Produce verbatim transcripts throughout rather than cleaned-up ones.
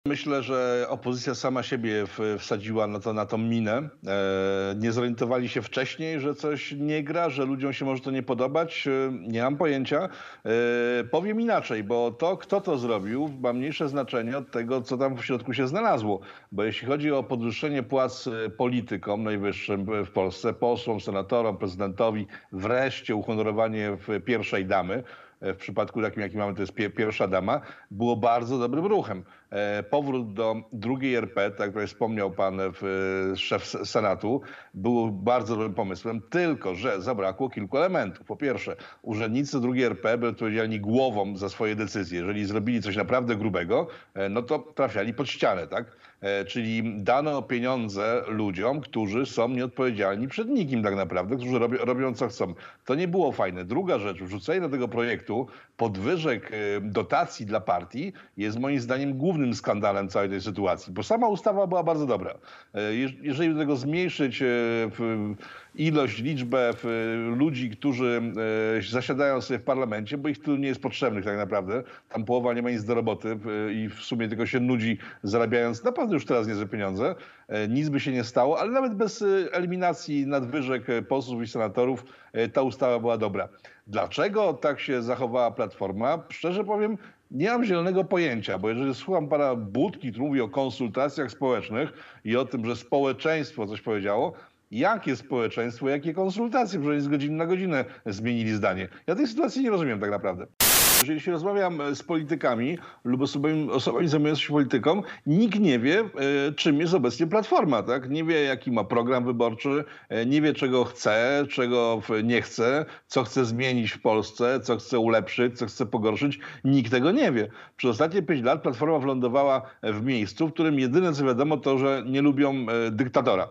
Myślę, że opozycja sama siebie wsadziła na to, na tą minę. E, nie zorientowali się wcześniej, że coś nie gra, że ludziom się może to nie podobać. E, nie mam pojęcia. E, powiem inaczej, bo to, kto to zrobił, ma mniejsze znaczenie od tego, co tam w środku się znalazło. Bo jeśli chodzi o podwyższenie płac politykom najwyższym w Polsce, posłom, senatorom, prezydentowi, wreszcie uhonorowanie pierwszej damy, w przypadku takim, jaki mamy, to jest pierwsza dama, było bardzo dobrym ruchem. Powrót do drugiej R P, tak jak wspomniał pan szef Senatu, był bardzo dobrym pomysłem, tylko że zabrakło kilku elementów. Po pierwsze, urzędnicy drugiej R P byli odpowiedzialni głową za swoje decyzje. Jeżeli zrobili coś naprawdę grubego, no to trafiali pod ścianę, tak? Czyli dano pieniądze ludziom, którzy są nieodpowiedzialni przed nikim tak naprawdę, którzy robią, robią co chcą. To nie było fajne. Druga rzecz, wrzucenie do tego projektu podwyżek dotacji dla partii jest moim zdaniem głównym skandalem całej tej sytuacji, bo sama ustawa była bardzo dobra. Jeżeli do tego zmniejszyć ilość, liczbę ludzi, którzy zasiadają sobie w parlamencie, bo ich tylu nie jest potrzebnych tak naprawdę, tam połowa nie ma nic do roboty i w sumie tylko się nudzi, zarabiając naprawdę już teraz niezłe pieniądze, nic by się nie stało, ale nawet bez eliminacji nadwyżek posłów i senatorów ta ustawa była dobra. Dlaczego tak się zachowała Platforma? Szczerze powiem, nie mam zielonego pojęcia, bo jeżeli słucham pana Budki, który mówi o konsultacjach społecznych i o tym, że społeczeństwo coś powiedziało, jakie społeczeństwo, jakie konsultacje? Przecież z godziny na godzinę zmienili zdanie. Ja tej sytuacji nie rozumiem tak naprawdę. Jeżeli się rozmawiam z politykami lub osobami, osobami zajmującymi się polityką, nikt nie wie, czym jest obecnie Platforma, tak? Nie wie, jaki ma program wyborczy, nie wie, czego chce, czego nie chce, co chce zmienić w Polsce, co chce ulepszyć, co chce pogorszyć. Nikt tego nie wie. Przez ostatnie pięć lat Platforma wylądowała w miejscu, w którym jedyne, co wiadomo, to, że nie lubią dyktatora.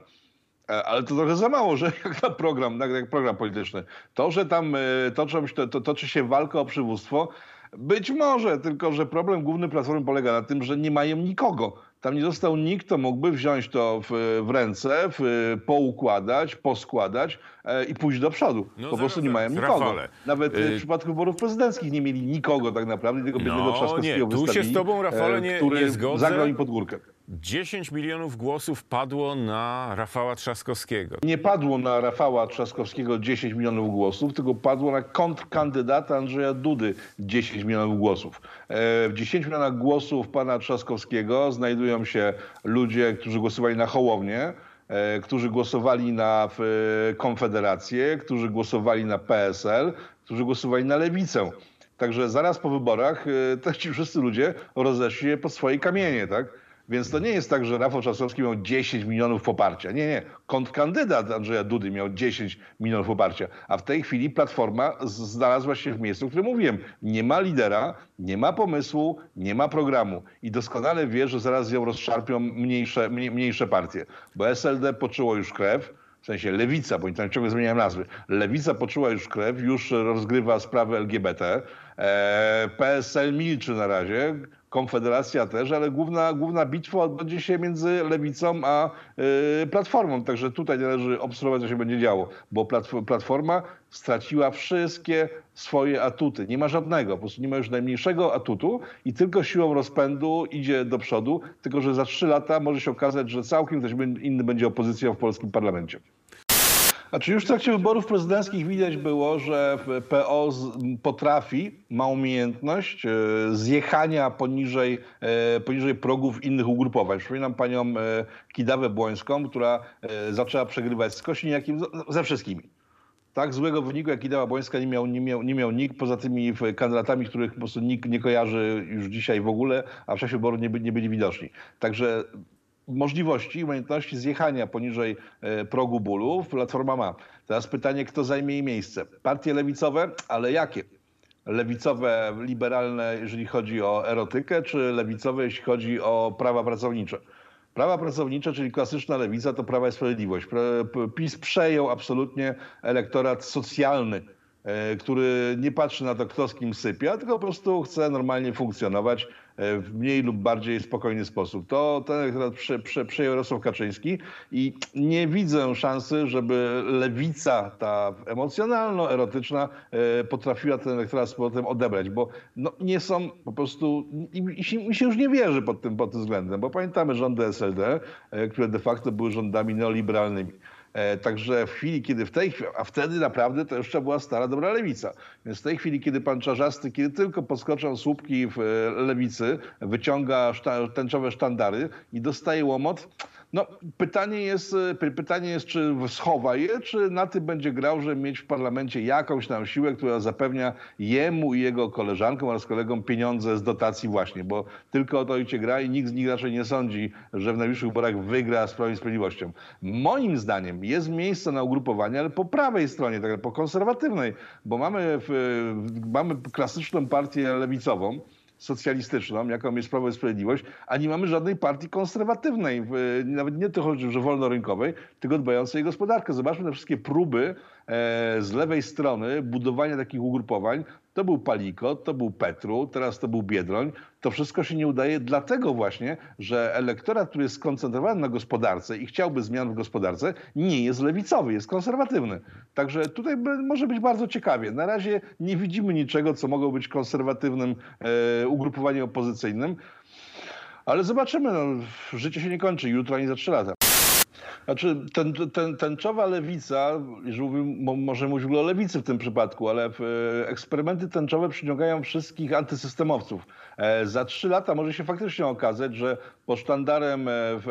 Ale to trochę za mało, że jak na program, jak program polityczny. To, że tam toczą, to, to, toczy się walka o przywództwo, być może, tylko że problem główny Platformy polega na tym, że nie mają nikogo. Tam nie został nikt, kto mógłby wziąć to w, w ręce, w, poukładać, poskładać e, i pójść do przodu. No po prostu nie mają nikogo. Rafale. Nawet y... w przypadku wyborów prezydenckich nie mieli nikogo tak naprawdę, tylko biednego no, Trzaskowskiego nie. Tu wystawili, się z tobą, Rafale, nie, który nie zgodzę. zagrał im pod górkę. dziesięć milionów głosów padło na Rafała Trzaskowskiego. Nie padło na Rafała Trzaskowskiego dziesięć milionów głosów, tylko padło na kontrkandydata Andrzeja Dudy dziesięć milionów głosów. W dziesięciu milionach głosów pana Trzaskowskiego znajdują się ludzie, którzy głosowali na Hołownię, którzy głosowali na Konfederację, którzy głosowali na P S L, którzy głosowali na Lewicę. Także zaraz po wyborach też ci wszyscy ludzie rozeszli się po swoje kamienie, tak? Więc to nie jest tak, że Rafał Trzaskowski miał dziesięć milionów poparcia. Nie, nie. Kontrkandydat Andrzeja Dudy miał dziesięć milionów poparcia. A w tej chwili Platforma znalazła się w miejscu, o którym mówiłem. Nie ma lidera, nie ma pomysłu, nie ma programu. I doskonale wie, że zaraz ją rozszarpią mniejsze, mniejsze partie. Bo S L D poczuło już krew. W sensie Lewica, bo oni tam ciągle zmieniają nazwy. Lewica poczuła już krew, już rozgrywa sprawy L G B T. P S L milczy na razie. Konfederacja też, ale główna, główna bitwa odbędzie się między Lewicą a y, Platformą. Także tutaj należy obserwować, co się będzie działo, bo Platforma straciła wszystkie swoje atuty. Nie ma żadnego, po prostu nie ma już najmniejszego atutu i tylko siłą rozpędu idzie do przodu, tylko że za trzy lata może się okazać, że całkiem ktoś inny będzie opozycją w polskim parlamencie. Znaczy już w trakcie wyborów prezydenckich widać było, że P O potrafi, ma umiejętność zjechania poniżej, poniżej progów innych ugrupowań. Przypominam panią Kidawę-Błońską, która zaczęła przegrywać z Kosiniakiem, ze wszystkimi. Tak złego wyniku jak Kidawa-Błońska nie miał, nie, miał, nie miał nikt, poza tymi kandydatami, których po prostu nikt nie kojarzy już dzisiaj w ogóle, a w czasie wyboru nie, by, nie byli widoczni. Także możliwości, umiejętności zjechania poniżej e, progu bólu Platforma ma. Teraz pytanie, kto zajmie jej miejsce. Partie lewicowe, ale jakie? Lewicowe, liberalne, jeżeli chodzi o erotykę, czy lewicowe, jeśli chodzi o prawa pracownicze? Prawa pracownicze, czyli klasyczna lewica, to Prawa i Sprawiedliwość. PiS przejął absolutnie elektorat socjalny który nie patrzy na to, kto z kim sypia, tylko po prostu chce normalnie funkcjonować w mniej lub bardziej spokojny sposób. To ten elektorat prze, prze, przejął Jarosław Kaczyński i nie widzę szansy, żeby lewica, ta emocjonalno-erotyczna, potrafiła ten elektorat z powrotem odebrać, bo no, nie są po prostu, i, i mi się już nie wierzy pod tym, pod tym względem, bo pamiętamy rządy S L D, które de facto były rządami neoliberalnymi. Także w chwili, kiedy w tej chwili, a wtedy naprawdę to jeszcze była stara, dobra lewica. Więc w tej chwili, kiedy pan Czarzasty, kiedy tylko podskoczą słupki w lewicy, wyciąga szta, tęczowe sztandary i dostaje łomot, no pytanie jest, pytanie jest, czy schowa je, czy na tym będzie grał, żeby mieć w parlamencie jakąś tam siłę, która zapewnia jemu i jego koleżankom oraz kolegom pieniądze z dotacji właśnie, bo tylko o to idzie gra i nikt z nich raczej nie sądzi, że w najbliższych wyborach wygra z Prawem i Sprawiedliwością. Moim zdaniem jest miejsce na ugrupowanie, ale po prawej stronie, tak po konserwatywnej, bo mamy, mamy klasyczną partię lewicową, socjalistyczną, jaką jest Prawo i Sprawiedliwość, a nie mamy żadnej partii konserwatywnej, nawet nie to chodzi, że wolnorynkowej, tylko dbającej o gospodarkę. Zobaczmy te wszystkie próby z lewej strony budowania takich ugrupowań. To był Palikot, to był Petru, teraz to był Biedroń. To wszystko się nie udaje dlatego właśnie, że elektorat, który jest skoncentrowany na gospodarce i chciałby zmian w gospodarce, nie jest lewicowy, jest konserwatywny. Także tutaj może być bardzo ciekawie. Na razie nie widzimy niczego, co mogło być konserwatywnym e, ugrupowaniem opozycyjnym, ale zobaczymy. No, życie się nie kończy jutro ani za trzy lata. Znaczy, ten, ten, tęczowa lewica, jeżeli mówimy, może mówić w ogóle o lewicy w tym przypadku, ale eksperymenty tęczowe przyciągają wszystkich antysystemowców. Za trzy lata może się faktycznie okazać, że pod sztandarem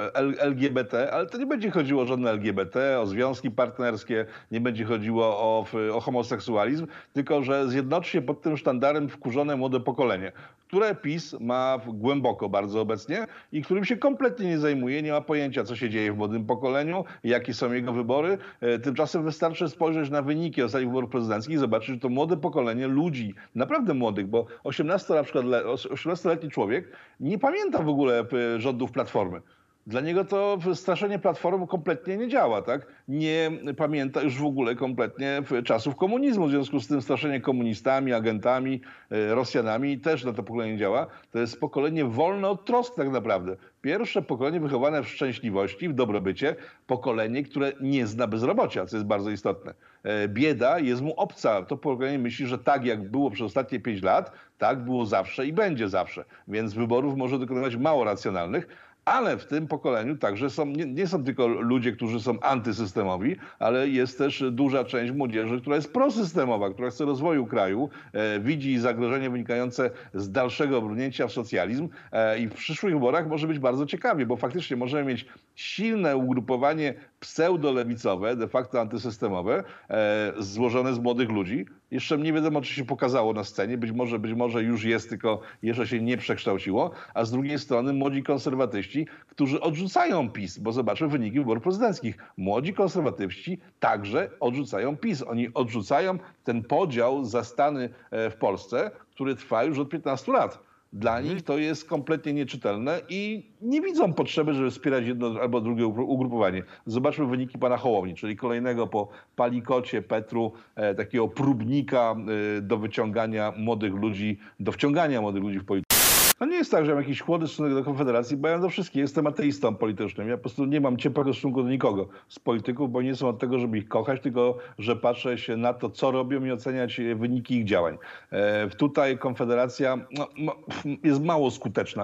L G B T, ale to nie będzie chodziło o żadne L G B T, o związki partnerskie, nie będzie chodziło o, o homoseksualizm, tylko że zjednoczy się pod tym sztandarem wkurzone młode pokolenie, które PiS ma głęboko bardzo obecnie i którym się kompletnie nie zajmuje, nie ma pojęcia, co się dzieje w młodym pokoleniu, jakie są jego wybory. Tymczasem wystarczy spojrzeć na wyniki ostatnich wyborów prezydenckich i zobaczyć, że to młode pokolenie ludzi, naprawdę młodych, bo osiemnasto na przykład osiemnastoletni człowiek nie pamięta w ogóle rządów Platformy. Dla niego to straszenie Platformą kompletnie nie działa, tak? Nie pamięta już w ogóle kompletnie czasów komunizmu. W związku z tym straszenie komunistami, agentami, Rosjanami też na to pokolenie nie działa. To jest pokolenie wolne od trosk tak naprawdę. Pierwsze pokolenie wychowane w szczęśliwości, w dobrobycie. Pokolenie, które nie zna bezrobocia, co jest bardzo istotne. Bieda jest mu obca. To pokolenie myśli, że tak jak było przez ostatnie pięć lat, tak było zawsze i będzie zawsze. Więc wyborów może dokonywać mało racjonalnych. Ale w tym pokoleniu także są, nie, nie są tylko ludzie, którzy są antysystemowi, ale jest też duża część młodzieży, która jest prosystemowa, która chce rozwoju kraju, e, widzi zagrożenie wynikające z dalszego brnięcia w socjalizm e, i w przyszłych wyborach może być bardzo ciekawie, bo faktycznie możemy mieć silne ugrupowanie pseudolewicowe, de facto antysystemowe, e, złożone z młodych ludzi. Jeszcze nie wiadomo, czy się pokazało na scenie, być może, być może już jest, tylko jeszcze się nie przekształciło, a z drugiej strony młodzi konserwatyści, którzy odrzucają PiS, bo zobaczmy wyniki wyborów prezydenckich. Młodzi konserwatyści także odrzucają PiS. Oni odrzucają ten podział za stany w Polsce, który trwa już od piętnastu lat. Dla nich to jest kompletnie nieczytelne i nie widzą potrzeby, żeby wspierać jedno albo drugie ugrupowanie. Zobaczmy wyniki pana Hołowni, czyli kolejnego po Palikocie, Petru, e, takiego próbnika e, do wyciągania młodych ludzi, do wciągania młodych ludzi w politykę. No nie jest tak, że mam jakiś chłodny stosunek do Konfederacji, bo ja do wszystkich jestem ateistą politycznym. Ja po prostu nie mam ciepłego stosunku do nikogo z polityków, bo nie są od tego, żeby ich kochać, tylko że patrzę się na to, co robią i oceniać wyniki ich działań. E, tutaj Konfederacja no, jest mało skuteczna.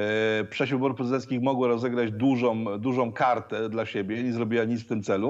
W czasie wyborów prezydenckich mogła rozegrać dużą, dużą kartę dla siebie, nie zrobiła nic w tym celu.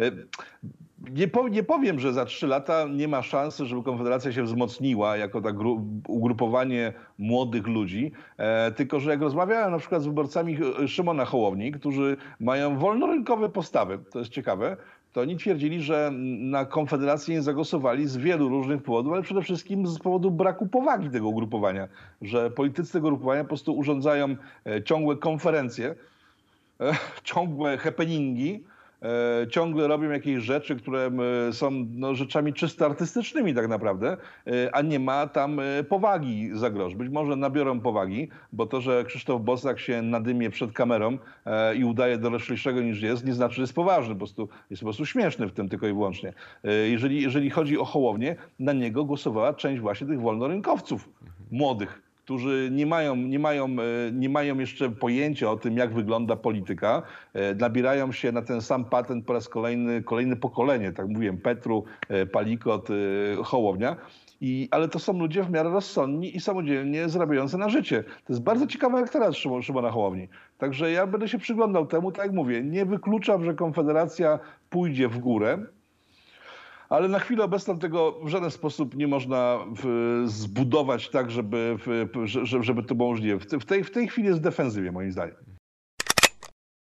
Nie, po, nie powiem, że za trzy lata nie ma szansy, żeby Konfederacja się wzmocniła jako tak ugrupowanie młodych ludzi, e, tylko że jak rozmawiałem na przykład z wyborcami Szymona Hołowni, którzy mają wolnorynkowe postawy, to jest ciekawe, to oni twierdzili, że na Konfederację nie zagłosowali z wielu różnych powodów, ale przede wszystkim z powodu braku powagi tego ugrupowania, że politycy tego ugrupowania po prostu urządzają ciągłe konferencje, ciągłe happeningi, e, ciągle robią jakieś rzeczy, które e, są no, rzeczami czysto artystycznymi tak naprawdę, e, a nie ma tam e, powagi za grosz. Być może nabiorą powagi, bo to, że Krzysztof Bosak się nadymie przed kamerą e, i udaje doroślejszego niż jest, nie znaczy, że jest poważny. Po prostu, jest po prostu śmieszny w tym tylko i wyłącznie. E, jeżeli, jeżeli chodzi o Hołownię, na niego głosowała część właśnie tych wolnorynkowców młodych, którzy nie mają, nie, mają, e, nie mają jeszcze pojęcia o tym, jak wygląda polityka. E, Nabierają się na ten sam patent po raz kolejny, kolejne pokolenie, tak mówiłem, Petru, e, Palikot, e, Hołownia. I, ale to są ludzie w miarę rozsądni i samodzielnie zarabiający na życie. To jest bardzo ciekawy elektorat Szymon, Szymona Hołowni. Także ja będę się przyglądał temu, tak jak mówię, nie wykluczam, że Konfederacja pójdzie w górę, ale na chwilę obecną tego w żaden sposób nie można w, zbudować tak, żeby, w, żeby to było możliwe. W, tej, w tej chwili jest w defensywie, moim zdaniem.